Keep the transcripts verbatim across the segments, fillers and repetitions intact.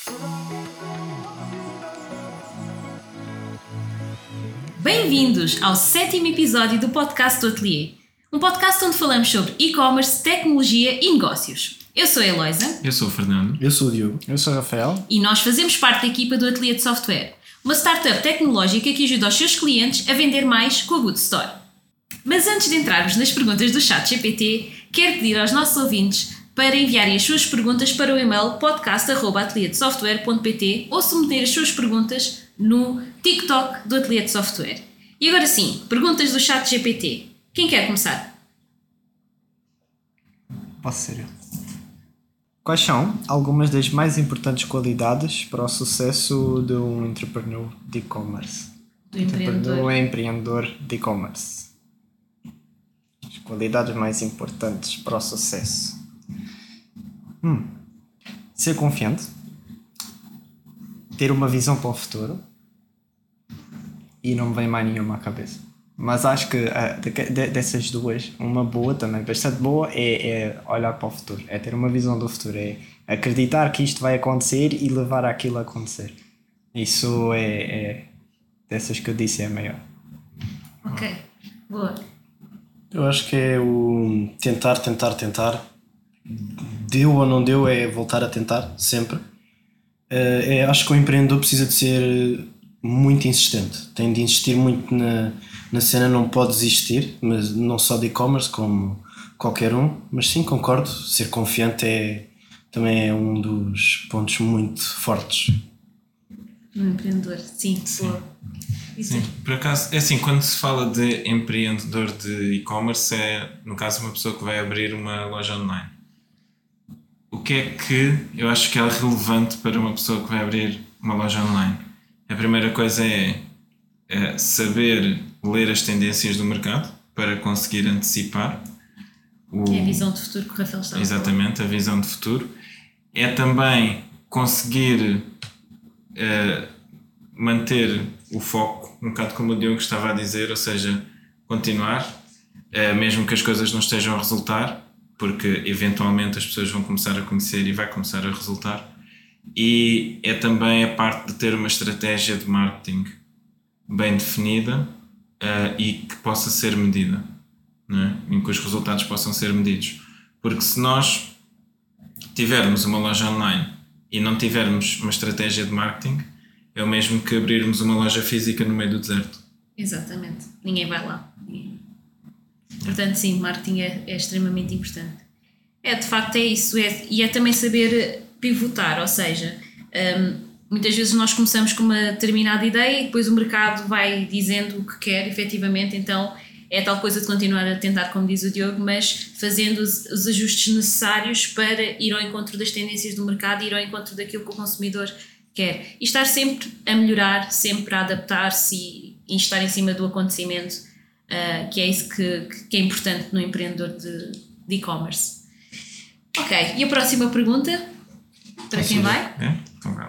Bem-vindos ao sétimo episódio do podcast do Ateliê, um podcast onde falamos sobre e-commerce, tecnologia e negócios. Eu sou a Eloisa. Eu sou o Fernando. Eu sou o Diogo. Eu sou o Rafael. E nós fazemos parte da equipa do Ateliê de Software, uma startup tecnológica que ajuda os seus clientes a vender mais com a Good Store. Mas antes de entrarmos nas perguntas do chat G P T, quero pedir aos nossos ouvintes para enviarem as suas perguntas para o e-mail podcast arroba ateliê de software ponto pt ou submeter as suas perguntas no TikTok do Ateliê de Software. E agora sim, perguntas do chat G P T. Quem quer começar? Posso ser eu. Quais são algumas das mais importantes qualidades para o sucesso de um entrepreneur de e-commerce? Do empreendedor. Entrepreneur é empreendedor de e-commerce. As qualidades mais importantes para o sucesso. Hum. Ser confiante. Ter uma visão para o futuro. E não me vem mais nenhuma à cabeça. Mas acho que uh, de, de, dessas duas, uma boa também, bastante boa, é, é olhar para o futuro. É ter uma visão do futuro. É acreditar que isto vai acontecer e levar aquilo a acontecer. Isso é, é dessas que eu disse, é a maior. Ok, boa. Eu acho que é o tentar, tentar, tentar. Deu ou não deu, é voltar a tentar, sempre. É, acho que o empreendedor precisa de ser muito insistente. Tem de insistir muito na, na cena, não pode desistir, mas não só de e-commerce, como qualquer um. Mas sim, concordo, ser confiante é, também é um dos pontos muito fortes. Um empreendedor, sim, Sim. boa. Isso. Sim, por acaso, é assim, quando se fala de empreendedor de e-commerce, é, no caso, uma pessoa que vai abrir uma loja online. O que é que eu acho que é relevante para uma pessoa que vai abrir uma loja online? A primeira coisa é, é saber ler as tendências do mercado para conseguir antecipar. O, Que é a visão de futuro que o Rafael está a falar. Exatamente, a visão de futuro. É também conseguir uh, manter o foco, um bocado como o Diogo estava a dizer, ou seja, continuar, uh, mesmo que as coisas não estejam a resultar, porque eventualmente as pessoas vão começar a conhecer e vai começar a resultar. E é também a parte de ter uma estratégia de marketing bem definida uh, e que possa ser medida, não é? Em que os resultados possam ser medidos. Porque se nós tivermos uma loja online e não tivermos uma estratégia de marketing, é o mesmo que abrirmos uma loja física no meio do deserto. Exatamente, ninguém vai lá. Ninguém. Portanto, sim, marketing é, é extremamente importante. É, de facto, é isso. É, e é também saber pivotar, ou seja, um, muitas vezes nós começamos com uma determinada ideia e depois o mercado vai dizendo o que quer, efetivamente, então é tal coisa de continuar a tentar, como diz o Diogo, mas fazendo os, os ajustes necessários para ir ao encontro das tendências do mercado e ir ao encontro daquilo que o consumidor quer. E estar sempre a melhorar, sempre a adaptar-se e, e estar em cima do acontecimento, uh, que é isso que, que é importante no empreendedor de, de e-commerce. Ok, e a próxima pergunta? Para quem vai? É? Então vai lá.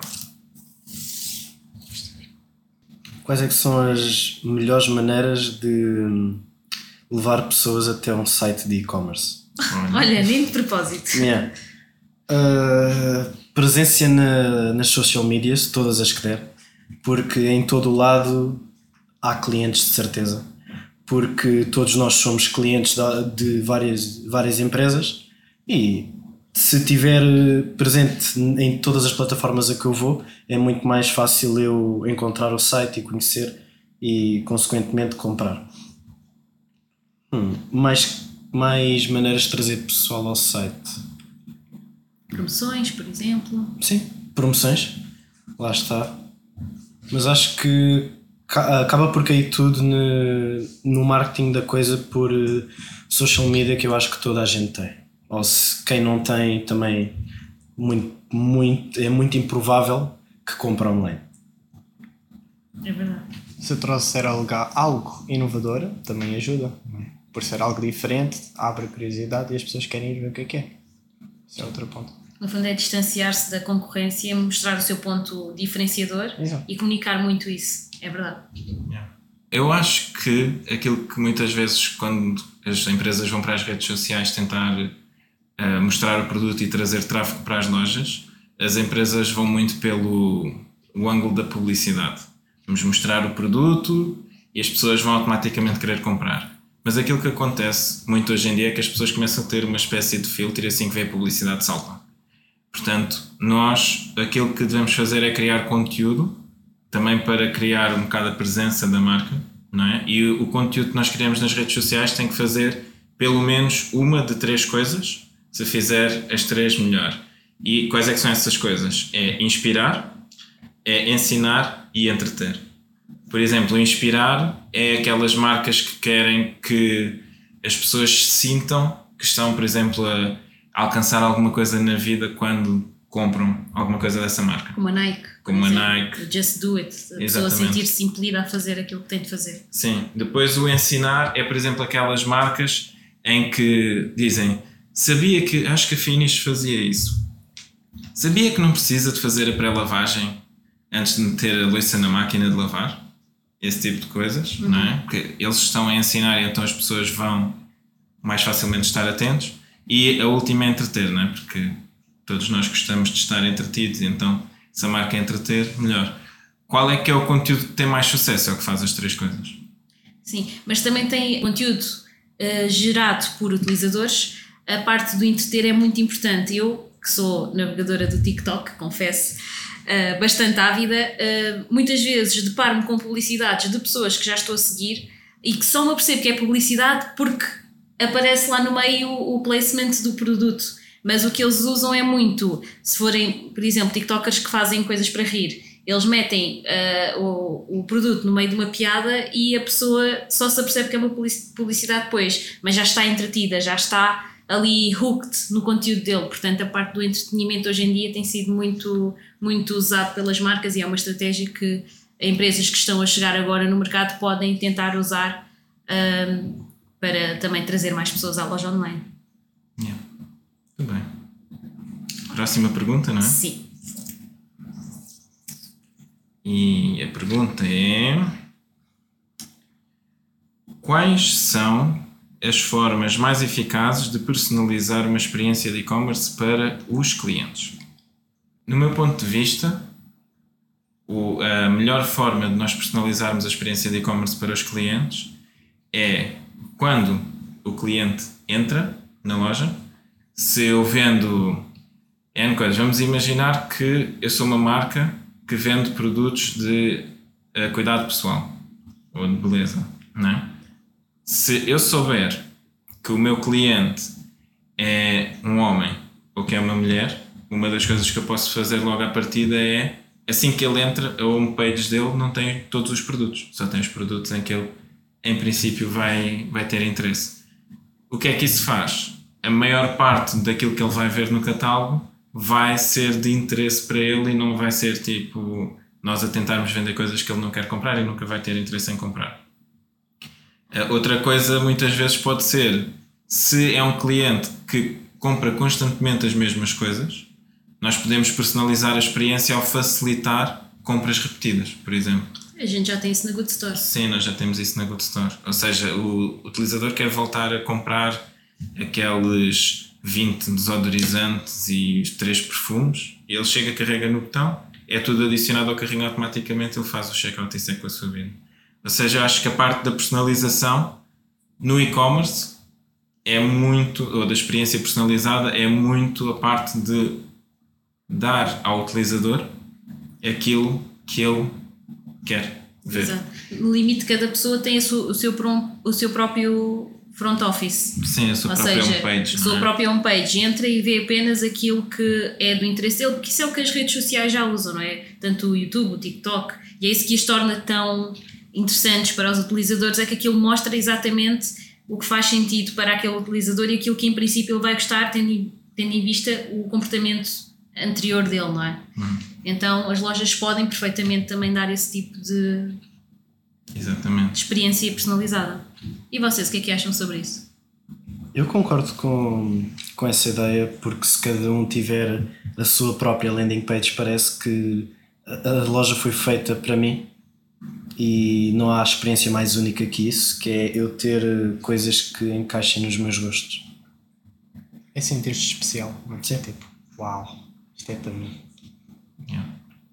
Quais é que são as melhores maneiras de levar pessoas até um site de e-commerce? Olha, nem de propósito. Yeah. Uh, presença na, nas social medias, todas as que der, porque em todo o lado há clientes de certeza, porque todos nós somos clientes de, de várias, várias empresas e se estiver presente em todas as plataformas a que eu vou, é muito mais fácil eu encontrar o site e conhecer e, consequentemente, comprar. Hum, mais, mais maneiras de trazer pessoal ao site? Promoções, por exemplo. Sim, promoções. Lá está. Mas acho que acaba por cair tudo no, no marketing da coisa por social media, que eu acho que toda a gente tem. Ou se quem não tem também muito, muito, é muito improvável que compre online. É verdade. Se eu trouxer algo, algo inovador, também ajuda. Por ser algo diferente, abre a curiosidade e as pessoas querem ir ver o que é que é. Esse é outro ponto. No fundo é distanciar-se da concorrência, mostrar o seu ponto diferenciador. Exato. E comunicar muito isso. É verdade. Yeah. Eu acho que aquilo que muitas vezes quando as empresas vão para as redes sociais tentar uh, mostrar o produto e trazer tráfego para as lojas, as empresas vão muito pelo o ângulo da publicidade. Vamos mostrar o produto e as pessoas vão automaticamente querer comprar. Mas aquilo que acontece muito hoje em dia é que as pessoas começam a ter uma espécie de filtro e assim que vê a publicidade saltam. Portanto, nós, aquilo que devemos fazer é criar conteúdo, também para criar um bocado a presença da marca, não é? E o, o conteúdo que nós criamos nas redes sociais tem que fazer pelo menos uma de três coisas. Se fizer as três, melhor. E quais é que são essas coisas? É inspirar, é ensinar e entreter. Por exemplo, inspirar é aquelas marcas que querem que as pessoas sintam que estão, por exemplo, a alcançar alguma coisa na vida quando compram alguma coisa dessa marca. Como a Nike. Como a Nike. Just do it. A pessoa sentir-se impelida a fazer aquilo que tem de fazer. Sim. Depois o ensinar é, por exemplo, aquelas marcas em que dizem: sabia que, acho que a Finish fazia isso. Sabia que não precisa de fazer a pré-lavagem antes de meter a louça na máquina de lavar? Esse tipo de coisas, uhum. Não é? Porque eles estão a ensinar e então as pessoas vão mais facilmente estar atentos. E a última é entreter, não é? Porque todos nós gostamos de estar entretidos, então se a marca é entreter, melhor. Qual é que é o conteúdo que tem mais sucesso? É o que faz as três coisas. Sim, mas também tem conteúdo uh, gerado por utilizadores. A parte do entreter é muito importante. Eu, que sou navegadora do TikTok, confesso, uh, bastante ávida, uh, muitas vezes deparo-me com publicidades de pessoas que já estou a seguir e que só me apercebo que é publicidade porque aparece lá no meio o placement do produto. Mas o que eles usam é muito, se forem, por exemplo, TikTokers que fazem coisas para rir, eles metem uh, o, o produto no meio de uma piada e a pessoa só se apercebe que é uma publicidade depois, mas já está entretida, já está ali hooked no conteúdo dele. Portanto, a parte do entretenimento hoje em dia tem sido muito, muito usado pelas marcas e é uma estratégia que empresas que estão a chegar agora no mercado podem tentar usar um, para também trazer mais pessoas à loja online. Yeah. Muito bem. Próxima pergunta, não é? Sim. E a pergunta é: quais são as formas mais eficazes de personalizar uma experiência de e-commerce para os clientes? No meu ponto de vista, o, a melhor forma de nós personalizarmos a experiência de e-commerce para os clientes é quando o cliente entra na loja. Se eu vendo N coisas, vamos imaginar que eu sou uma marca que vende produtos de uh, cuidado pessoal ou de beleza, não é? Se eu souber que o meu cliente é um homem ou que é uma mulher, uma das coisas que eu posso fazer logo à partida é, assim que ele entra, a homepage dele não tem todos os produtos, só tem os produtos em que ele, em princípio, vai, vai ter interesse. O que é que isso faz? A maior parte daquilo que ele vai ver no catálogo vai ser de interesse para ele e não vai ser tipo nós a tentarmos vender coisas que ele não quer comprar e nunca vai ter interesse em comprar. Outra coisa muitas vezes pode ser, se é um cliente que compra constantemente as mesmas coisas, nós podemos personalizar a experiência ao facilitar compras repetidas, por exemplo. A gente já tem isso na Good Store. Sim, nós já temos isso na Good Store. Ou seja, o utilizador quer voltar a comprar aqueles vinte desodorizantes e três perfumes e ele chega, carrega no botão, é tudo adicionado ao carrinho automaticamente, ele faz o checkout e segue com a sua vida. Ou seja, eu acho que a parte da personalização no e-commerce é muito, ou da experiência personalizada, é muito a parte de dar ao utilizador aquilo que ele quer ver. Exato. No limite, cada pessoa tem o seu, o seu, o seu próprio front office. Sim, a sua Ou própria seja, homepage. A sua é? própria homepage. Entra e vê apenas aquilo que é do interesse dele, porque isso é o que as redes sociais já usam, não é? Tanto o YouTube, o TikTok, e é isso que as torna tão interessantes para os utilizadores, é que aquilo mostra exatamente o que faz sentido para aquele utilizador e aquilo que em princípio ele vai gostar, tendo, tendo em vista o comportamento anterior dele, não é? Hum. Então as lojas podem perfeitamente também dar esse tipo de, Exatamente. de experiência personalizada. E vocês, o que é que acham sobre isso? Eu concordo com, com essa ideia, porque se cada um tiver a sua própria landing page, parece que a, a loja foi feita para mim e não há experiência mais única que isso, que é eu ter coisas que encaixem nos meus gostos. É sentir-te especial, não é? Sim. Tipo, uau, isto é para mim.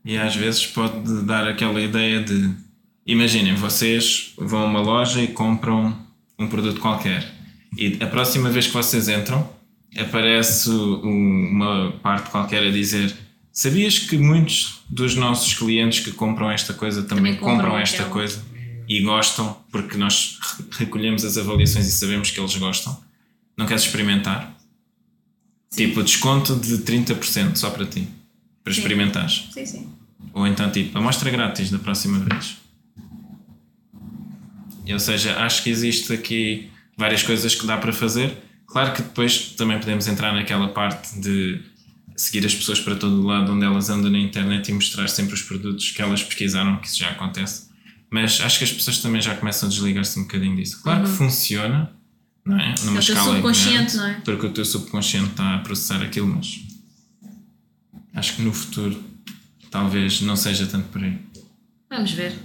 E às vezes pode dar aquela ideia de, imaginem, vocês vão a uma loja e compram um produto qualquer e a próxima vez que vocês entram aparece um, uma parte qualquer a dizer: sabias que muitos dos nossos clientes que compram esta coisa também, também compram, compram esta aquela. coisa e gostam, porque nós recolhemos as avaliações e sabemos que eles gostam. Não queres experimentar? Sim. Tipo, desconto de trinta por cento só para ti, para sim. experimentares. Sim, sim. Ou então tipo, amostra grátis da próxima vez. Ou seja, acho que existe aqui várias coisas que dá para fazer. Claro que depois também podemos entrar naquela parte de seguir as pessoas para todo o lado onde elas andam na internet e mostrar sempre os produtos que elas pesquisaram, que isso já acontece. Mas acho que as pessoas também já começam a desligar-se um bocadinho disso. Claro uhum. que funciona, não é? Numa é o teu escala subconsciente, grande, não é? Porque o teu subconsciente está a processar aquilo, mas acho que no futuro talvez não seja tanto por aí. Vamos ver.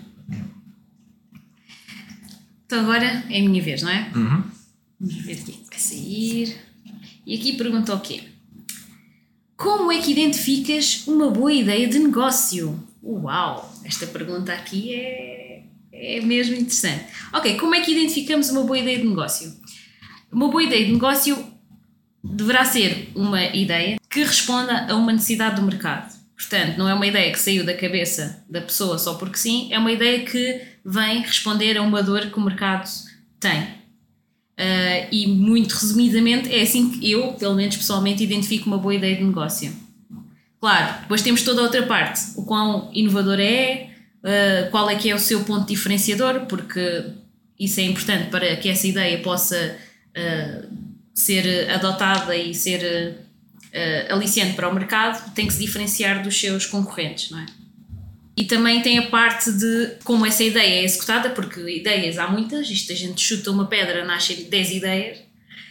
Então agora é a minha vez, não é? Uhum. Vamos ver o que é que vai sair. E aqui pergunta o quê? Como é que identificas uma boa ideia de negócio? Uau! Esta pergunta aqui é, é mesmo interessante. Ok, como é que identificamos uma boa ideia de negócio? Uma boa ideia de negócio deverá ser uma ideia que responda a uma necessidade do mercado. Portanto, não é uma ideia que saiu da cabeça da pessoa só porque sim, é uma ideia que vem responder a uma dor que o mercado tem. Uh, e muito resumidamente é assim que eu, pelo menos pessoalmente, identifico uma boa ideia de negócio. Claro, depois temos toda a outra parte, o quão inovador é, uh, qual é que é o seu ponto diferenciador, porque isso é importante para que essa ideia possa uh, ser adotada e ser uh, aliciante para o mercado, tem que se diferenciar dos seus concorrentes, não é? E também tem a parte de como essa ideia é executada, porque ideias há muitas, isto a gente chuta uma pedra, nascem dez ideias,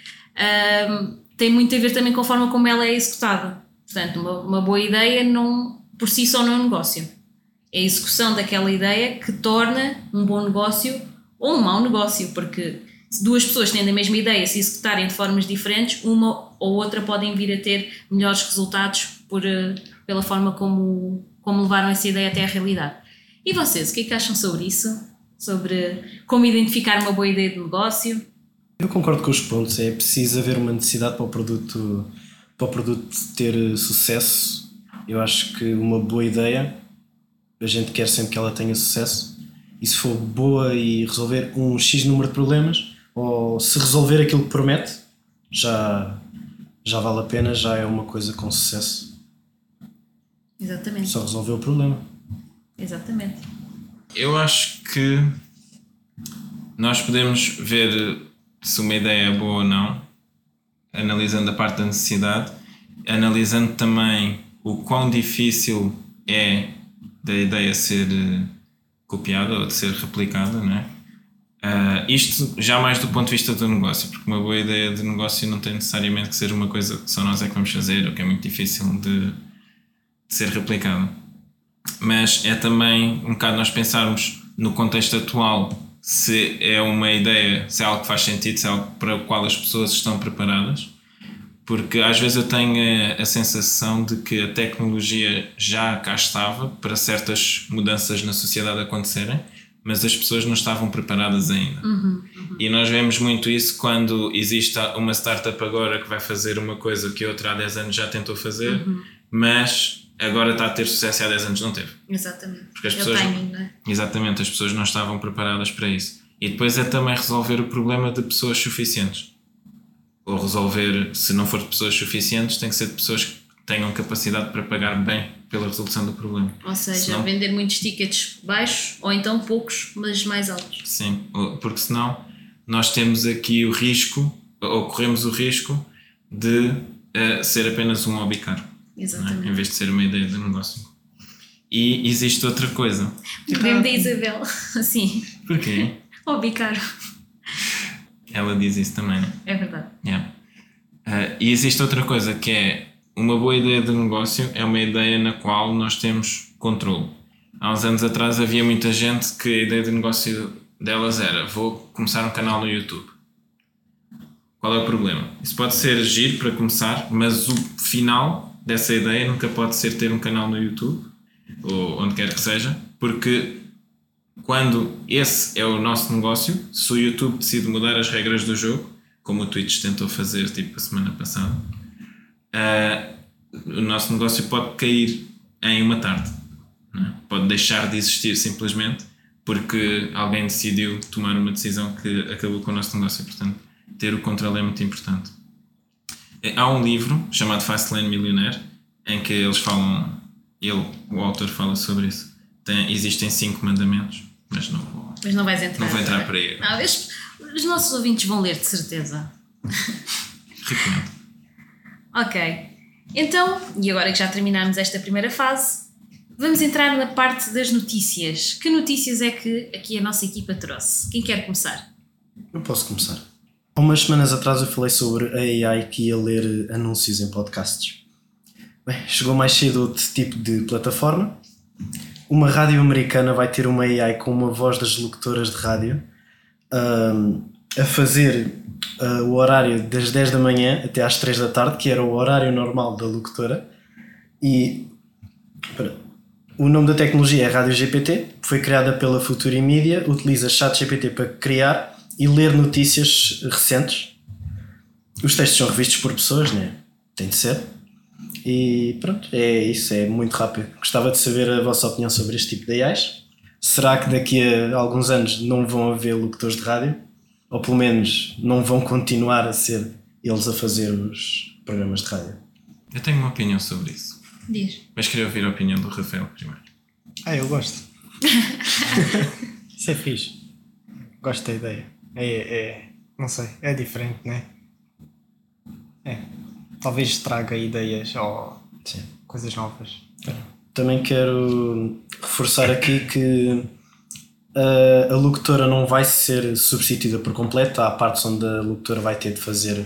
um, tem muito a ver também com a forma como ela é executada. Portanto, uma, uma boa ideia não, por si só não é um negócio. É a execução daquela ideia que torna um bom negócio ou um mau negócio, porque se duas pessoas têm a mesma ideia, se executarem de formas diferentes, uma ou outra podem vir a ter melhores resultados por, pela forma como... como levaram essa ideia até à realidade. E vocês, o que é que acham sobre isso? Sobre como identificar uma boa ideia de negócio? Eu concordo com os pontos. É preciso haver uma necessidade para o produto, para o produto ter sucesso. Eu acho que uma boa ideia, a gente quer sempre que ela tenha sucesso. E se for boa e resolver um X número de problemas, ou se resolver aquilo que promete, já, já vale a pena, já é uma coisa com sucesso. Exatamente. Só resolveu o problema. Exatamente. Eu acho que nós podemos ver se uma ideia é boa ou não, analisando a parte da necessidade, analisando também o quão difícil é da ideia ser copiada ou de ser replicada, não é? Uh, isto já mais do ponto de vista do negócio, porque uma boa ideia de negócio não tem necessariamente que ser uma coisa que só nós é que vamos fazer ou que é muito difícil de de ser replicado, mas é também um bocado nós pensarmos no contexto atual se é uma ideia, se é algo que faz sentido, se é algo para o qual as pessoas estão preparadas, porque às vezes eu tenho a, a sensação de que a tecnologia já cá estava para certas mudanças na sociedade acontecerem, mas as pessoas não estavam preparadas ainda. Uhum, uhum. E nós vemos muito isso quando existe uma startup agora que vai fazer uma coisa que outra há dez anos já tentou fazer, uhum. mas agora está a ter sucesso e há dez anos não teve. Exatamente. Porque as é pessoas, o timing, não é? Exatamente, as pessoas não estavam preparadas para isso. E depois é também resolver o problema de pessoas suficientes. Ou resolver, se não for de pessoas suficientes, tem que ser de pessoas que tenham capacidade para pagar bem pela resolução do problema. Ou seja, senão, vender muitos tickets baixos ou então poucos, mas mais altos. Sim, porque senão nós temos aqui o risco, ou corremos o risco de uh, ser apenas um hobby caro. Exatamente. É? Em vez de ser uma ideia de negócio. E existe outra coisa. Lembrei da Isabel, assim. Porquê? Hobby caro. Ela diz isso também, não é? É verdade. Yeah. Uh, e existe outra coisa que é uma boa ideia de negócio, é uma ideia na qual nós temos controle. Há uns anos atrás havia muita gente que a ideia de negócio delas era: vou começar um canal no YouTube. Qual é o problema? Isso pode ser giro para começar, mas o final dessa ideia nunca pode ser ter um canal no YouTube, ou onde quer que seja, porque quando esse é o nosso negócio, se o YouTube decide mudar as regras do jogo, como o Twitch tentou fazer tipo a semana passada, uh, o nosso negócio pode cair em uma tarde, não é? Pode deixar de existir simplesmente porque alguém decidiu tomar uma decisão que acabou com o nosso negócio. Portanto, ter o controle é muito importante. Há um livro chamado Fastlane Millionaire em que eles falam, ele, o autor fala sobre isso. Tem, existem cinco mandamentos, mas não vou, Mas não vais entrar. não vou entrar por aí. Não, os, os nossos ouvintes vão ler, de certeza. Recomendo. Ok. Então, e agora que já terminamos esta primeira fase, vamos entrar na parte das notícias. Que notícias é que aqui a nossa equipa trouxe? Quem quer começar? Eu posso começar. Há umas semanas atrás eu falei sobre a A I que ia ler anúncios em podcasts. Bem, chegou mais cedo outro tipo de plataforma. Uma rádio americana vai ter uma A I com uma voz das locutoras de rádio um, a fazer uh, o horário das dez da manhã até às três da tarde, que era o horário normal da locutora. E para, o nome da tecnologia é Rádio G P T, foi criada pela Futuri Media, utiliza ChatGPT para criar e ler notícias recentes. Os textos são revistos por pessoas, né? Tem de ser. E pronto, é isso, é muito rápido. Gostava de saber a vossa opinião sobre este tipo de A Is. Será que daqui a alguns anos não vão haver locutores de rádio? Ou pelo menos não vão continuar a ser eles a fazer os programas de rádio? Eu tenho uma opinião sobre isso. Diz. Mas queria ouvir a opinião do Rafael primeiro. Ah, eu gosto. Isso é fixe. Gosto da ideia. É, é, não sei, é diferente, né? É. Talvez traga ideias ou Sim. coisas novas. Também quero reforçar aqui que a, a locutora não vai ser substituída por completo. Há partes onde a locutora vai ter de fazer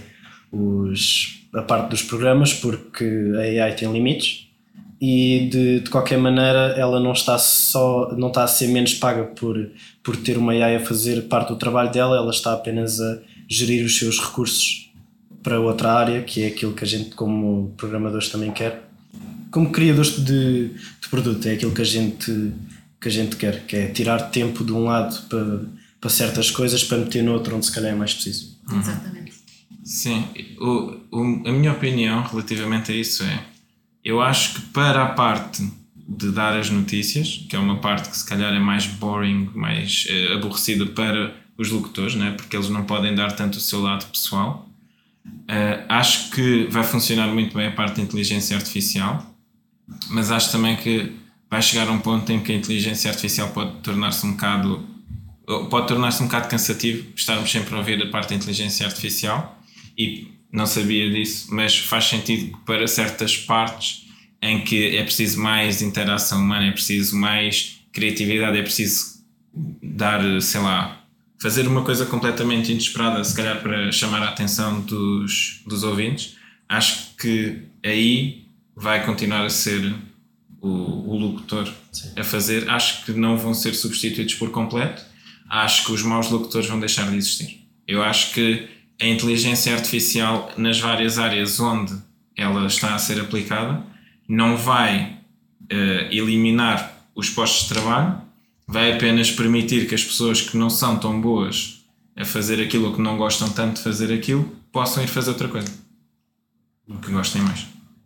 os, a parte dos programas, porque a A I tem limites. E de, de qualquer maneira ela não está, só, não está a ser menos paga por, por ter uma A I a fazer parte do trabalho dela, ela está apenas a gerir os seus recursos para outra área, que é aquilo que a gente como programadores também quer. Como criadores de, de produto, é aquilo que a, gente, que a gente quer, que é tirar tempo de um lado para, para certas coisas para meter no outro onde se calhar é mais preciso. Uhum. Exatamente. Sim, o, o, a minha opinião relativamente a isso é: eu acho que para a parte de dar as notícias, que é uma parte que se calhar é mais boring, mais eh, aborrecida para os locutores, né? Porque eles não podem dar tanto o seu lado pessoal, eh, acho que vai funcionar muito bem a parte da inteligência artificial, mas acho também que vai chegar a um ponto em que a inteligência artificial pode tornar-se um bocado pode tornar-se um bocado cansativo estarmos sempre a ouvir a parte da inteligência artificial. E não sabia disso, mas faz sentido que para certas partes em que é preciso mais interação humana, é preciso mais criatividade, é preciso dar, sei lá, fazer uma coisa completamente inesperada, se calhar para chamar a atenção dos, dos ouvintes. Acho que aí vai continuar a ser o, o locutor Sim. a fazer. Acho que não vão ser substituídos por completo. Acho que os maus locutores vão deixar de existir. Eu acho que a inteligência artificial, nas várias áreas onde ela está a ser aplicada, não vai uh, eliminar os postos de trabalho, vai apenas permitir que as pessoas que não são tão boas a fazer aquilo ou que não gostam tanto de fazer aquilo, possam ir fazer outra coisa, que gostem mais.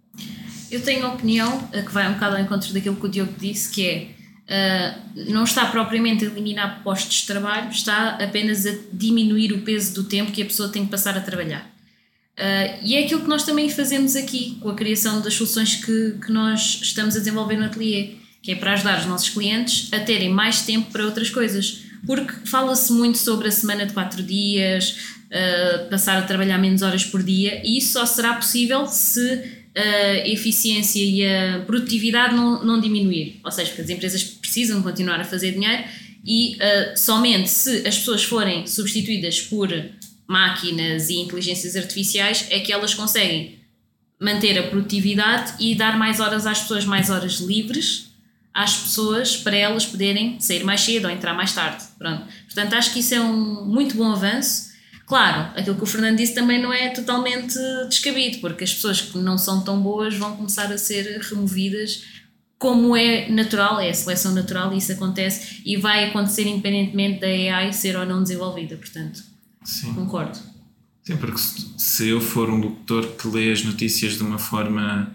Eu tenho a opinião que vai um bocado ao encontro daquilo que o Diogo disse, que é Uh, não está propriamente a eliminar postos de trabalho, está apenas a diminuir o peso do tempo que a pessoa tem que passar a trabalhar. Uh, e é aquilo que nós também fazemos aqui com a criação das soluções que, que nós estamos a desenvolver no ateliê, que é para ajudar os nossos clientes a terem mais tempo para outras coisas, porque fala-se muito sobre a semana de quatro dias, uh, passar a trabalhar menos horas por dia, e isso só será possível se a eficiência e a produtividade não, não diminuir, ou seja, porque as empresas precisam continuar a fazer dinheiro e uh, somente se as pessoas forem substituídas por máquinas e inteligências artificiais é que elas conseguem manter a produtividade e dar mais horas às pessoas, mais horas livres às pessoas para elas poderem sair mais cedo ou entrar mais tarde. Pronto. Portanto, acho que isso é um muito bom avanço. Claro, aquilo que o Fernando disse também não é totalmente descabido, porque as pessoas que não são tão boas vão começar a ser removidas como é natural, é a seleção natural e isso acontece e vai acontecer independentemente da A I ser ou não desenvolvida, portanto, Sim. concordo. Sim, porque se, se eu for um locutor que lê as notícias de uma forma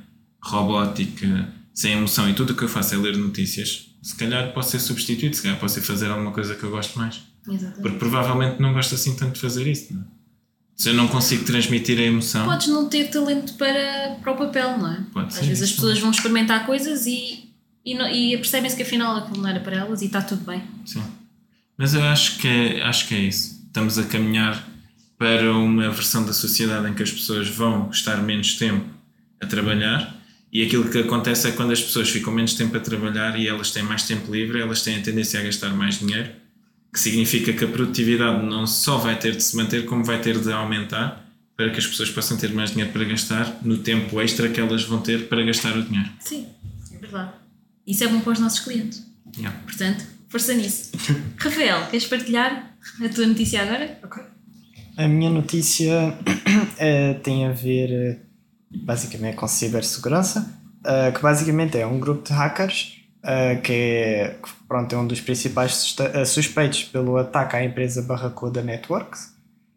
robótica, sem emoção, e tudo o que eu faço é ler notícias, se calhar posso ser substituído, se calhar posso ir fazer alguma coisa que eu gosto mais. Exatamente. Porque provavelmente não gosto assim tanto de fazer isso, não é? Se eu não consigo transmitir a emoção... Podes não ter talento para, para o papel, não é? Pode Às ser vezes as isso, pessoas não é? vão experimentar coisas e, e, não, e percebem-se que afinal aquilo não era para elas e está tudo bem. Sim. Mas eu acho que, é, acho que é isso. Estamos a caminhar para uma versão da sociedade em que as pessoas vão estar menos tempo a trabalhar e aquilo que acontece é que quando as pessoas ficam menos tempo a trabalhar e elas têm mais tempo livre, elas têm a tendência a gastar mais dinheiro, que significa que a produtividade não só vai ter de se manter, como vai ter de aumentar para que as pessoas possam ter mais dinheiro para gastar no tempo extra que elas vão ter para gastar o dinheiro. Sim, é verdade. Isso é bom para os nossos clientes. Yeah. Portanto, força nisso. Rafael, queres partilhar a tua notícia agora? Ok. A minha notícia eh, tem a ver eh, basicamente com cibersegurança, eh, que basicamente é um grupo de hackers eh, que, é, que pronto, é um dos principais susta- eh, suspeitos pelo ataque à empresa Barracuda Networks,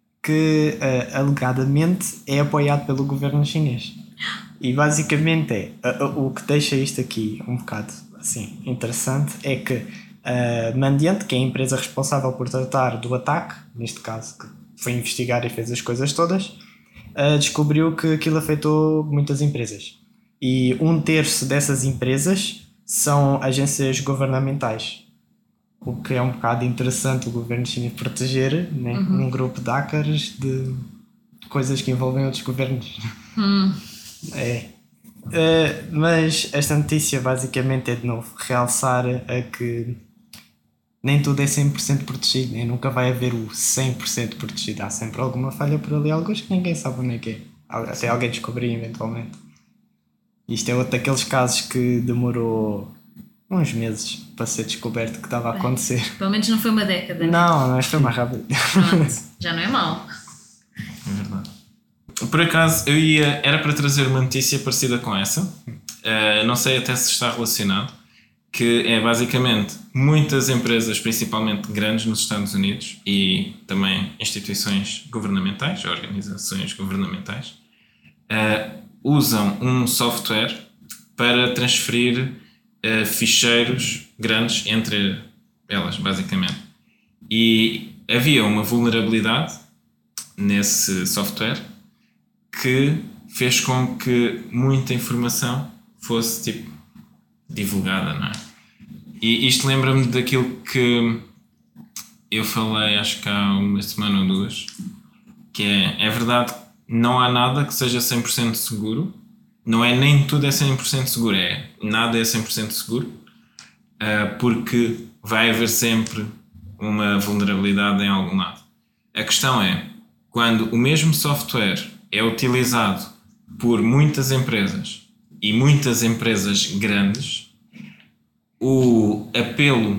que uh, alegadamente é apoiado pelo governo chinês. E basicamente é, uh, uh, o que deixa isto aqui um bocado assim, interessante é que uh, Mandiant, que é a empresa responsável por tratar do ataque, neste caso que foi investigar e fez as coisas todas, uh, descobriu que aquilo afetou muitas empresas. E um terço dessas empresas são agências governamentais. O que é um bocado interessante o governo chinês proteger, né? Uhum. Um grupo de hackers de coisas que envolvem outros governos. Hum. É. Uh, mas esta notícia basicamente é de novo realçar a que nem tudo é cem por cento protegido, né? Nunca vai haver o cem por cento protegido. Há sempre alguma falha por ali, alguns que ninguém sabe onde é que é. Até alguém descobrir eventualmente. Isto é outro daqueles casos que demorou uns meses para ser descoberto que estava a acontecer. Bem, pelo menos não foi uma década. Não, não, isto foi mais rápido. Pronto, já não é mau. É verdade. Por acaso, eu ia, era para trazer uma notícia parecida com essa, uh, não sei até se está relacionado, que é basicamente muitas empresas, principalmente grandes nos Estados Unidos e também instituições governamentais, organizações governamentais, uh, usam um software para transferir Uh, ficheiros grandes entre elas, basicamente. E havia uma vulnerabilidade nesse software que fez com que muita informação fosse tipo divulgada, não é? E isto lembra-me daquilo que eu falei, acho que há uma semana ou duas, que é, é verdade, não há nada que seja cem por cento seguro. Não é nem tudo é cem por cento seguro, é nada é cem por cento seguro, uh, porque vai haver sempre uma vulnerabilidade em algum lado. A questão é, quando o mesmo software é utilizado por muitas empresas e muitas empresas grandes, o apelo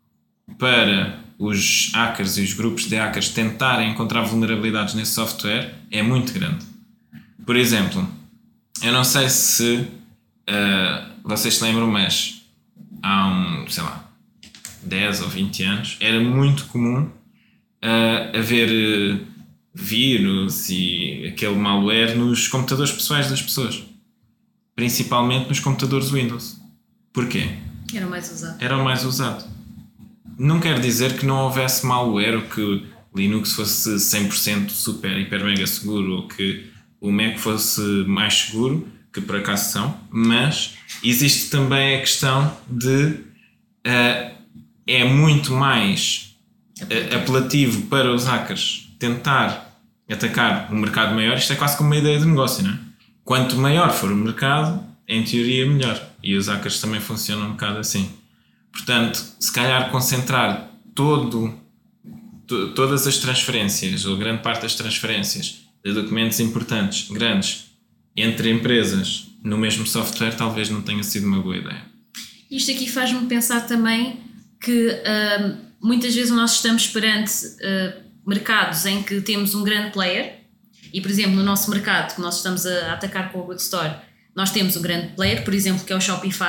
para os hackers e os grupos de hackers tentarem encontrar vulnerabilidades nesse software é muito grande. Por exemplo, eu não sei se uh, vocês se lembram, mas há um, sei lá, dez ou vinte anos, era muito comum uh, haver uh, vírus e aquele malware nos computadores pessoais das pessoas. Principalmente nos computadores Windows. Porquê? Era o mais usado. Era o mais usado. Não quer dizer que não houvesse malware ou que Linux fosse cem por cento super, hiper, mega seguro ou que o Mac fosse mais seguro, que por acaso são, mas existe também a questão de uh, é muito mais uh, apelativo para os hackers tentar atacar um mercado maior. Isto é quase como uma ideia de negócio, não é? Quanto maior for o mercado, em teoria melhor, e os hackers também funcionam um bocado assim. Portanto, se calhar concentrar todo, to, todas as transferências, ou grande parte das transferências de documentos importantes, grandes, entre empresas no mesmo software, talvez não tenha sido uma boa ideia. Isto aqui faz-me pensar também que uh, muitas vezes nós estamos perante uh, mercados em que temos um grande player e, por exemplo, no nosso mercado que nós estamos a atacar com o Good Store, nós temos um grande player, por exemplo, que é o Shopify,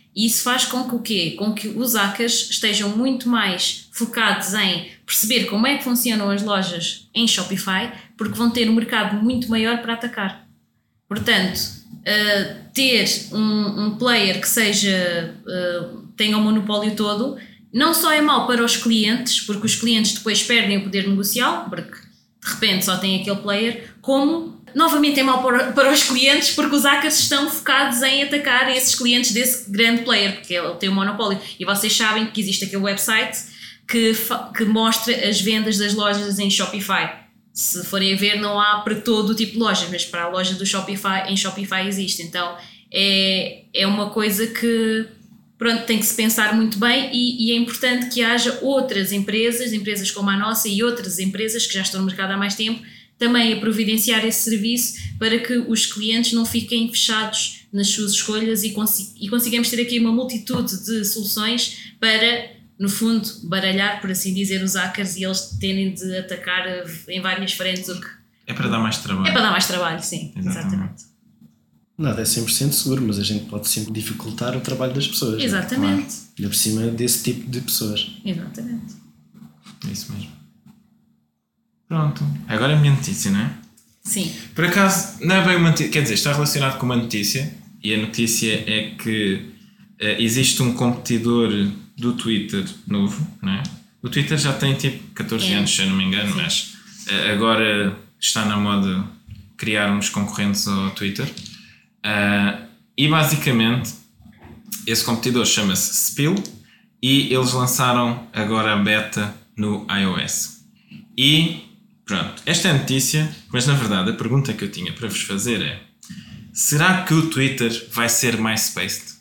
E isso faz com que o quê? Com que os hackers estejam muito mais focados em perceber como é que funcionam as lojas em Shopify, porque vão ter um mercado muito maior para atacar. Portanto, uh, ter um, um player que seja, uh, tenha o monopólio todo, não só é mau para os clientes, porque os clientes depois perdem o poder negocial, porque de repente só tem aquele player, como novamente é mau para, para os clientes, porque os hackers estão focados em atacar esses clientes desse grande player, porque ele tem o monopólio. E vocês sabem que existe aquele website que, que mostra as vendas das lojas em Shopify. Se forem a ver, não há para todo o tipo de lojas, mas para a loja do Shopify, em Shopify existe. Então é, é uma coisa que, pronto, tem que se pensar muito bem, e, e é importante que haja outras empresas, empresas como a nossa e outras empresas que já estão no mercado há mais tempo, também a providenciar esse serviço para que os clientes não fiquem fechados nas suas escolhas e, consi- e consigamos ter aqui uma multitude de soluções para, no fundo, baralhar, por assim dizer, os hackers e eles terem de atacar em várias frentes. O que É para dar mais trabalho. é para dar mais trabalho, sim, Exatamente. exatamente. Nada é cem por cento seguro, mas a gente pode sempre dificultar o trabalho das pessoas. Exatamente. Claro. Ainda por cima desse tipo de pessoas. Exatamente. É isso mesmo. Pronto. Agora é a minha notícia, não é? Sim. Por acaso, não é bem uma notícia, quer dizer, está relacionado com uma notícia, e a notícia é que uh, existe um competidor do Twitter novo, não é? O Twitter já tem tipo catorze É. anos, se eu não me engano, Sim. mas uh, agora está na moda criar uns concorrentes ao Twitter. Uh, e basicamente, esse competidor chama-se Spill, e eles lançaram agora a beta no iOS. E pronto, esta é a notícia, mas na verdade a pergunta que eu tinha para vos fazer é: será que o Twitter vai ser MySpace?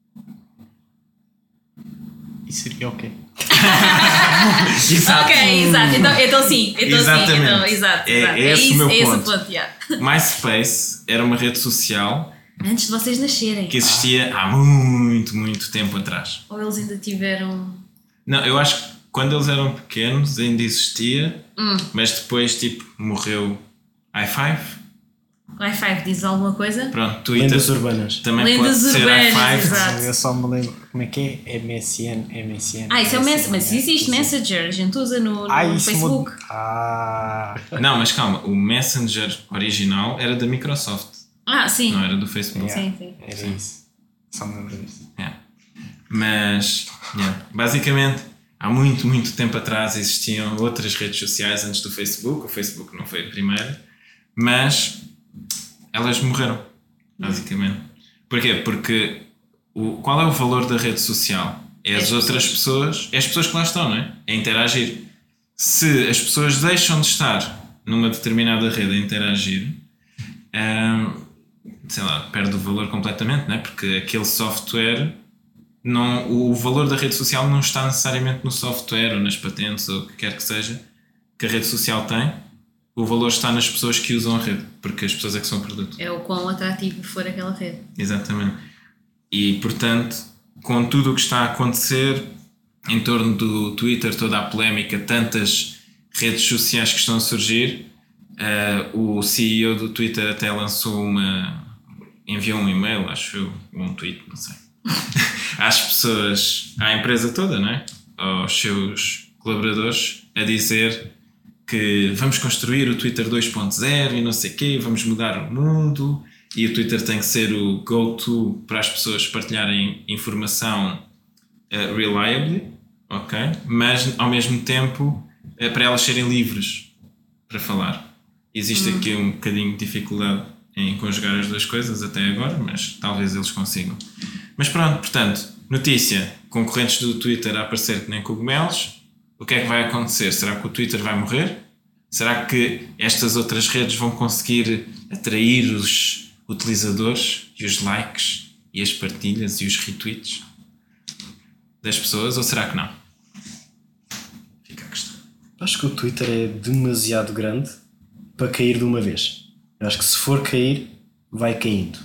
Isso seria ok. Exato. Ok, exato. Então, então sim. Então Exatamente. sim. Então, exato, É- exato. é esse o isso, meu é esse o ponto. ponto, yeah. MySpace era uma rede social Antes de vocês nascerem. que existia há muito, muito tempo atrás. Ou eles ainda tiveram... Não, eu acho que quando eles eram pequenos ainda existia, Hum. mas depois tipo morreu i cinco. i cinco diz alguma coisa? Pronto, Twitter Lendas urbanas. também Lendas pode ser urbanas, i cinco. exato. Eu só me lembro. Como é que é? M S N. M S N. Ah, isso é o M S N, Messenger. Mas né? existe Messenger. A gente usa no, no Ah, isso Facebook. muda- Ah. Não, mas calma, o Messenger original era da Microsoft, Ah, sim. não era do Facebook. Yeah. Sim, sim. Era isso. Só me lembro disso. Yeah. Mas, yeah, basicamente, há muito, muito tempo atrás existiam outras redes sociais antes do Facebook. O Facebook não foi a primeira, mas elas morreram, basicamente. Porquê? Porque o, qual é o valor da rede social? É as As outras pessoas, é as pessoas que lá estão, não é? É interagir. Se as pessoas deixam de estar numa determinada rede a interagir, hum, sei lá, perde o valor completamente, não é? Porque aquele software, não, o valor da rede social não está necessariamente no software ou nas patentes ou o que quer que seja que a rede social tem. O valor está nas pessoas que usam a rede, porque as pessoas é que são o produto. É o quão atrativo for aquela rede. Exatamente. E, portanto, com tudo o que está a acontecer em torno do Twitter, toda a polémica, tantas redes sociais que estão a surgir, uh, o C E O do Twitter até lançou uma... enviou um e-mail, acho eu, ou um tweet, não sei, às pessoas, à empresa toda, não é? Aos seus colaboradores, a dizer que vamos construir o Twitter dois ponto zero e não sei o quê, vamos mudar o mundo, e o Twitter tem que ser o go-to para as pessoas partilharem informação uh, reliably, ok? Mas ao mesmo tempo uh, para elas serem livres para falar. Existe aqui um bocadinho de dificuldade em conjugar as duas coisas até agora, mas talvez eles consigam. Mas pronto, portanto, notícia: concorrentes do Twitter a aparecer que nem cogumelos. O que é que vai acontecer? Será que o Twitter vai morrer? Será que estas outras redes vão conseguir atrair os utilizadores e os likes e as partilhas e os retweets das pessoas, ou será que não? Fica a questão. Acho que o Twitter é demasiado grande para cair de uma vez. Eu acho que se for cair, vai caindo.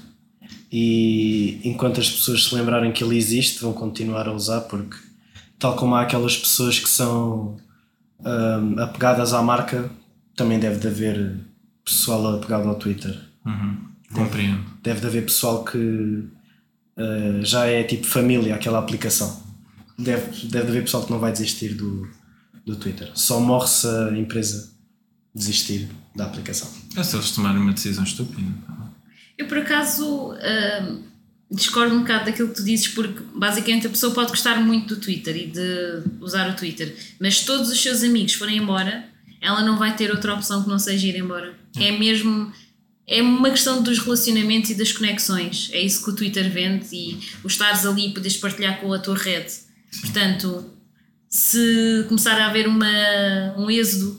E enquanto as pessoas se lembrarem que ele existe, vão continuar a usar, porque tal como há aquelas pessoas que são hum, apegadas à marca, também deve de haver pessoal apegado ao Twitter. Uhum. Compreendo. Deve de haver pessoal que uh, já é tipo família aquela aplicação. Deve, deve haver pessoal que não vai desistir do, do Twitter. Só morre se a empresa desistir da aplicação. É se eles tomarem uma decisão estúpida. Eu, por acaso, hum, discordo um bocado daquilo que tu dizes, porque basicamente a pessoa pode gostar muito do Twitter e de usar o Twitter, mas se todos os seus amigos forem embora, ela não vai ter outra opção que não seja ir embora. É, é mesmo... É uma questão dos relacionamentos e das conexões. É isso que o Twitter vende, e o estares ali e poderes partilhar com a tua rede. Sim. Portanto, se começar a haver uma, um êxodo,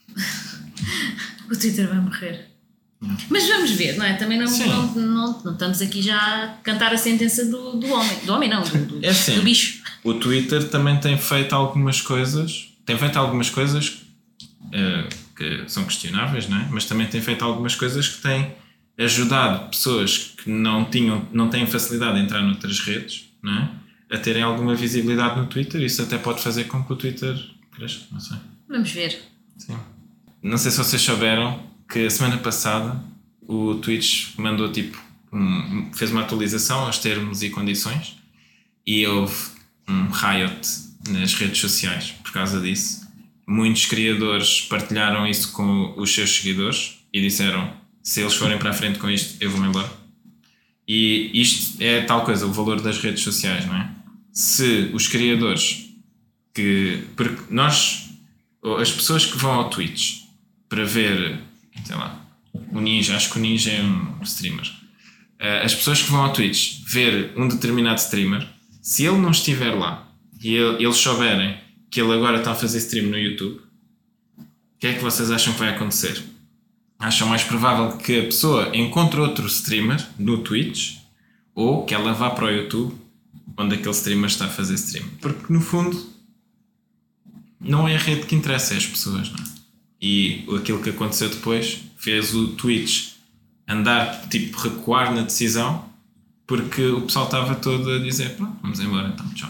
o Twitter vai morrer. Hum. Mas vamos ver, não é? Também não, não, não, não estamos aqui já a cantar a sentença do, do homem. Do homem não, do, do, é assim, do bicho. O Twitter também tem feito algumas coisas, tem feito algumas coisas uh, que são questionáveis, não é? Mas também tem feito algumas coisas que têm ajudado pessoas que não, tinham, não têm facilidade em entrar noutras redes, não é? A terem alguma visibilidade no Twitter. Isso até pode fazer com que o Twitter cresça, não sei. Vamos ver. Sim. Não sei se vocês souberam que a semana passada o Twitch mandou tipo um, fez uma atualização aos termos e condições, e houve um riot nas redes sociais por causa disso. Muitos criadores partilharam isso com os seus seguidores e disseram: se eles forem para a frente com isto, eu vou-me embora. E isto é tal coisa, o valor das redes sociais, não é? Se os criadores que... Porque nós, as pessoas que vão ao Twitch para ver, sei lá, o Ninja, acho que o Ninja é um streamer. As pessoas que vão ao Twitch ver um determinado streamer, se ele não estiver lá e eles souberem que ele agora está a fazer stream no YouTube, o que é que vocês acham que vai acontecer? Acham mais provável que a pessoa encontre outro streamer no Twitch, ou que ela vá para o YouTube onde aquele streamer está a fazer stream? Porque no fundo não é a rede que interessa, é as pessoas, não é? E aquilo que aconteceu depois fez o Twitch andar, tipo, recuar na decisão, porque o pessoal estava todo a dizer: pronto, vamos embora então, tchau.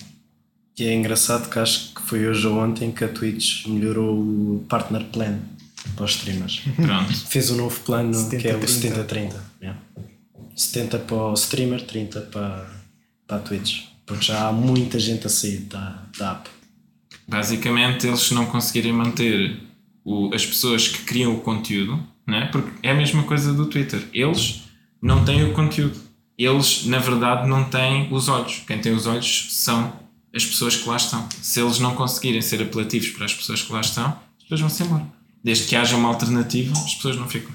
E é engraçado que acho que foi hoje ou ontem que a Twitch melhorou o partner plan para os streamers. Pronto. Fez um novo plano setenta, que é o trinta. setenta trinta. Yeah. setenta para o streamer, trinta para, para a Twitch. Porque já há muita gente a sair da, da app. Basicamente, eles, se não conseguirem manter o, as pessoas que criam o conteúdo, não é? Porque é a mesma coisa do Twitter. Eles não têm o conteúdo. Eles, na verdade, não têm os olhos. Quem tem os olhos são as pessoas que lá estão. Se eles não conseguirem ser apelativos para as pessoas que lá estão, as pessoas vão-se embora. Desde que haja uma alternativa, as pessoas não ficam.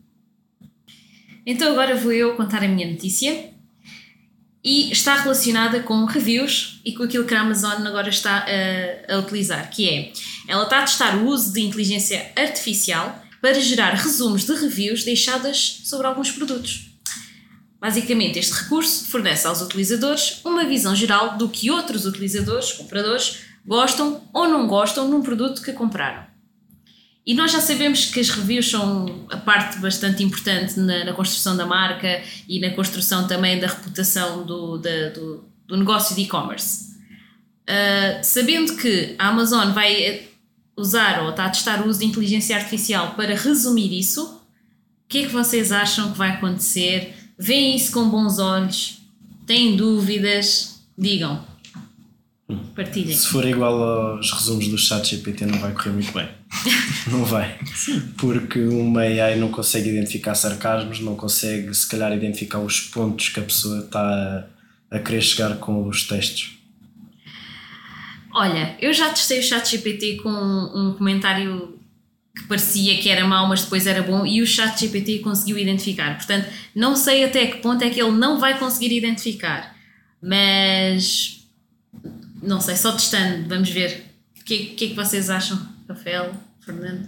Então agora vou eu contar a minha notícia, e está relacionada com reviews e com aquilo que a Amazon agora está a, a utilizar, que é, ela está a testar o uso de inteligência artificial para gerar resumos de reviews deixadas sobre alguns produtos. Basicamente, este recurso fornece aos utilizadores uma visão geral do que outros utilizadores, compradores, gostam ou não gostam num produto que compraram. E nós já sabemos que as reviews são a parte bastante importante na, na construção da marca e na construção também da reputação do, da, do, do negócio de e-commerce. Uh, sabendo que a Amazon vai usar ou está a testar o uso de inteligência artificial para resumir isso, o que é que vocês acham que vai acontecer? Veem isso com bons olhos? Têm dúvidas? Digam. Partilhem. Se for igual aos resumos do ChatGPT, não vai correr muito bem. Não vai. Sim. Porque uma A I não consegue identificar sarcasmos, não consegue, se calhar, identificar os pontos que a pessoa está a, a querer chegar com os textos. Olha, eu já testei o ChatGPT com um comentário que parecia que era mau, mas depois era bom, e o ChatGPT conseguiu identificar. Portanto, não sei até que ponto é que ele não vai conseguir identificar, mas não sei, só testando, vamos ver. O que, que é que vocês acham, Rafael, Fernando?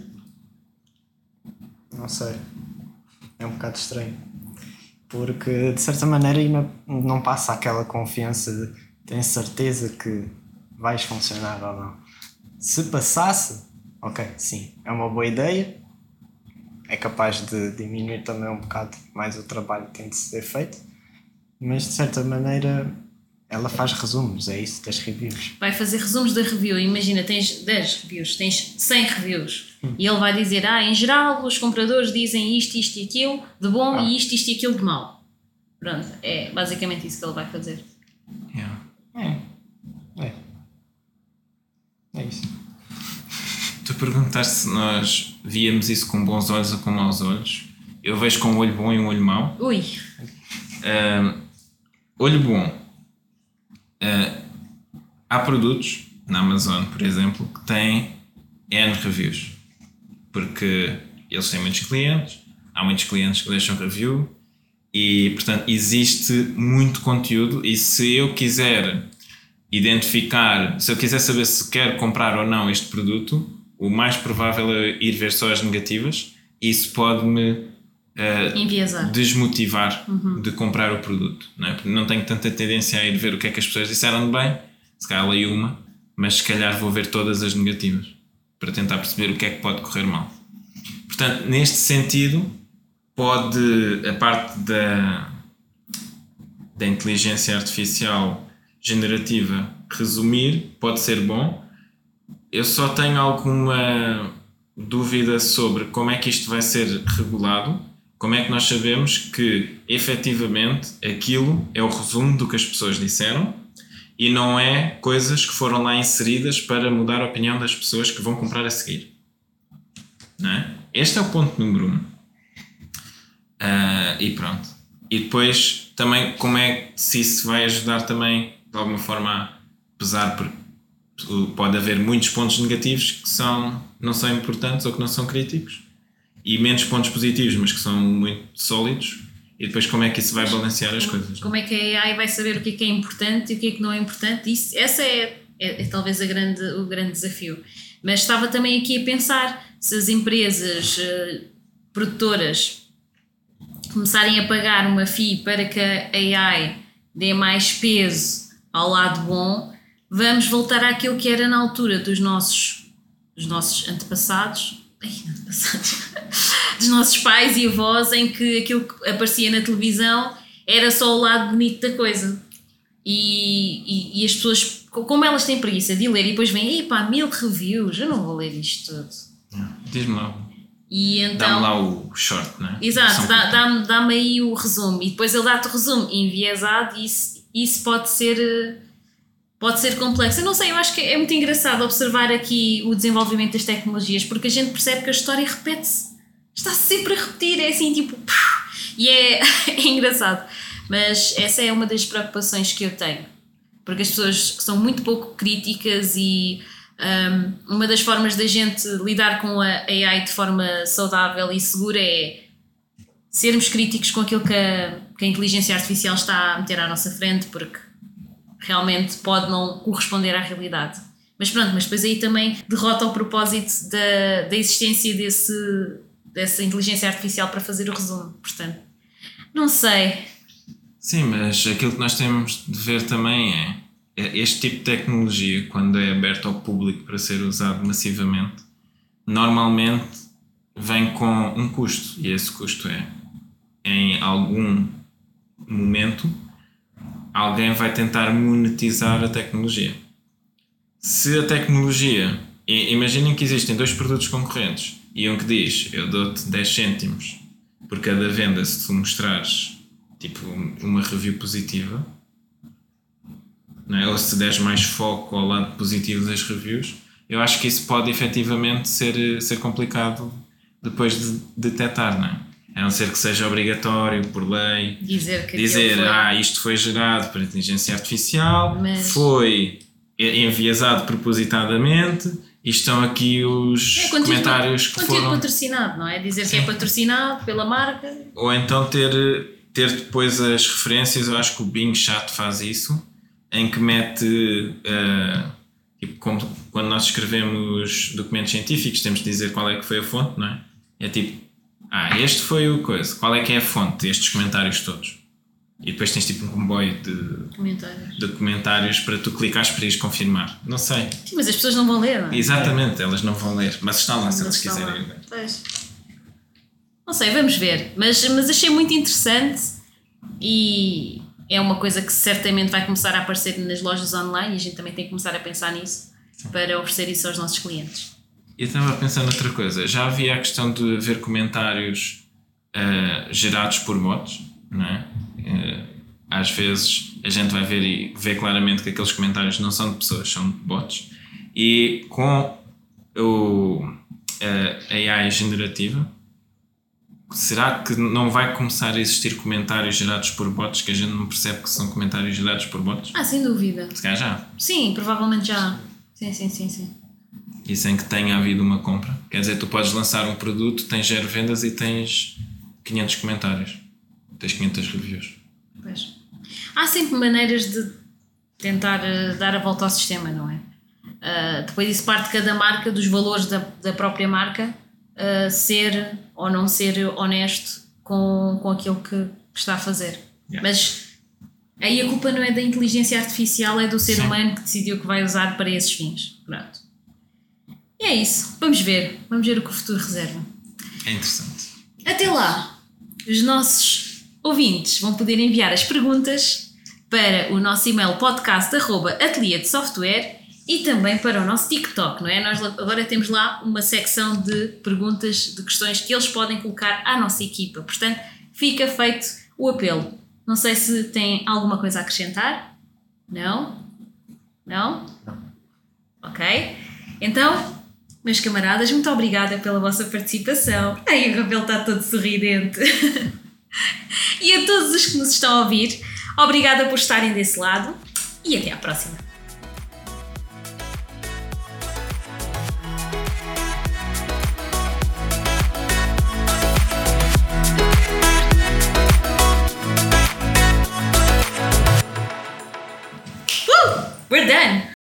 Não sei, é um bocado estranho, porque de certa maneira ainda não passa aquela confiança de tens certeza que vais funcionar ou não. Se passasse, ok, sim, é uma boa ideia, é capaz de diminuir também um bocado mais o trabalho que tem de ser feito, mas de certa maneira ela faz resumos, é isso, das reviews. Vai fazer resumos da review. Imagina, tens dez reviews, tens cem reviews, hum. e ele vai dizer, ah, em geral os compradores dizem isto, isto e aquilo de bom, ah. e isto, isto e aquilo de mau. Pronto, é basicamente isso que ele vai fazer. Yeah. É. É. É isso. Tu perguntaste se nós víamos isso com bons olhos ou com maus olhos. Eu vejo com um olho bom e um olho mau. Ui! Uh, olho bom. Uh, há produtos na Amazon, por exemplo, que têm N reviews. Porque eles têm muitos clientes, há muitos clientes que deixam review e, portanto, existe muito conteúdo. E se eu quiser identificar, se eu quiser saber se quero comprar ou não este produto, o mais provável é ir ver só as negativas. Isso pode-me uh, desmotivar uhum. de comprar o produto, não é? Porque não tenho tanta tendência a ir ver o que é que as pessoas disseram de bem, se calhar leio uma, mas se calhar vou ver todas as negativas para tentar perceber o que é que pode correr mal. Portanto, neste sentido, pode a parte da, da inteligência artificial generativa resumir, pode ser bom. Eu só tenho alguma dúvida sobre como é que isto vai ser regulado, como é que nós sabemos que efetivamente aquilo é o resumo do que as pessoas disseram e não é coisas que foram lá inseridas para mudar a opinião das pessoas que vão comprar a seguir. Não é? Este é o ponto número um. Uh, e pronto. E depois também como é se isso vai ajudar também de alguma forma a pesar, porque pode haver muitos pontos negativos que são, não são importantes ou que não são críticos e menos pontos positivos, mas que são muito sólidos. E depois como é que isso vai balancear as como, coisas? Como é que a A I vai saber o que é que é importante e o que é que não é importante? Isso, essa é, é, é talvez a grande, o grande desafio. Mas estava também aqui a pensar se as empresas uh, produtoras começarem a pagar uma fee para que a A I dê mais peso ao lado bom, vamos voltar àquilo que era na altura dos nossos, dos nossos antepassados, ai, antepassados dos nossos pais e avós, em que aquilo que aparecia na televisão era só o lado bonito da coisa. E, e, e as pessoas, como elas têm preguiça de ler e depois vêm, epá, mil reviews, eu não vou ler isto tudo. Diz-me lá. E então, dá-me lá o short, não é? Exato, dá, dá-me, dá-me aí o resumo e depois ele dá-te o resumo enviesado e isso, isso pode ser pode ser complexo. Eu não sei, eu acho que é muito engraçado observar aqui o desenvolvimento das tecnologias, porque a gente percebe que a história repete-se, está sempre a repetir, é assim tipo e é, é engraçado, mas essa é uma das preocupações que eu tenho, porque as pessoas são muito pouco críticas e Um, uma das formas da gente lidar com a A I de forma saudável e segura é sermos críticos com aquilo que a, que a inteligência artificial está a meter à nossa frente, porque realmente pode não corresponder à realidade. Mas pronto, mas depois aí também derrota o propósito da, da existência desse, dessa inteligência artificial para fazer o resumo. Portanto, não sei. Sim, mas aquilo que nós temos de ver também é este tipo de tecnologia, quando é aberto ao público para ser usado massivamente, normalmente vem com um custo, e esse custo é, em algum momento, alguém vai tentar monetizar a tecnologia. Se a tecnologia, imaginem que existem dois produtos concorrentes, e um que diz, eu dou-te dez cêntimos por cada venda se tu mostrares tipo, uma review positiva, não é? Ou se deres mais foco ao lado positivo das reviews, eu acho que isso pode efetivamente ser, ser complicado depois de detectar, não é? A não ser que seja obrigatório por lei dizer, que dizer foi... ah, isto foi gerado por inteligência artificial, mas... foi enviesado propositadamente e estão aqui os é, conteúdo, comentários que conteúdo foram... patrocinado, não é? Dizer Sim. que é patrocinado pela marca. Ou então ter, ter depois as referências, eu acho que o Bing Chat faz isso, em que mete, uh, tipo, como, quando nós escrevemos documentos científicos, temos de dizer qual é que foi a fonte, não é? É tipo, ah, este foi o coisa, qual é que é a fonte destes comentários todos? E depois tens tipo um comboio de comentários, de comentários para tu clicares para ires confirmar. Não sei. Sim, mas as pessoas não vão ler, não é? Exatamente, elas não vão ler, mas está lá se eles quiserem ler. Pois. Não sei, vamos ver. Mas, mas achei muito interessante e... é uma coisa que certamente vai começar a aparecer nas lojas online e a gente também tem que começar a pensar nisso para oferecer isso aos nossos clientes. Eu estava a pensar noutra coisa. Já havia a questão de ver comentários uh, gerados por bots, não é? Às vezes a gente vai ver e vê claramente que aqueles comentários não são de pessoas, são de bots. E com o, a A I generativa, será que não vai começar a existir comentários gerados por bots que a gente não percebe que são comentários gerados por bots? Ah, sem dúvida. Se calhar já. Sim, provavelmente já. Sim, sim, sim, sim. E sem que tenha havido uma compra. Quer dizer, tu podes lançar um produto, tens zero vendas e tens quinhentos comentários. Tens quinhentas reviews. Pois. Há sempre maneiras de tentar uh, dar a volta ao sistema, não é? Uh, depois isso parte de cada marca, dos valores da, da própria marca, uh, ser ou não ser honesto com, com aquilo que, que está a fazer. Yeah. Mas aí a culpa não é da inteligência artificial, é do ser Sim. humano que decidiu que vai usar para esses fins. Pronto. E é isso. Vamos ver. Vamos ver o que o futuro reserva. É interessante. Até lá, os nossos ouvintes vão poder enviar as perguntas para o nosso e-mail podcast arroba ateliê de software e também para o nosso TikTok, não é? Nós agora temos lá uma secção de perguntas, de questões que eles podem colocar à nossa equipa. Portanto, fica feito o apelo. Não sei se tem alguma coisa a acrescentar. Não? Não? Ok. Então, meus camaradas, muito obrigada pela vossa participação. Ai, o Rafael está todo sorridente. E a todos os que nos estão a ouvir, obrigada por estarem desse lado e até à próxima.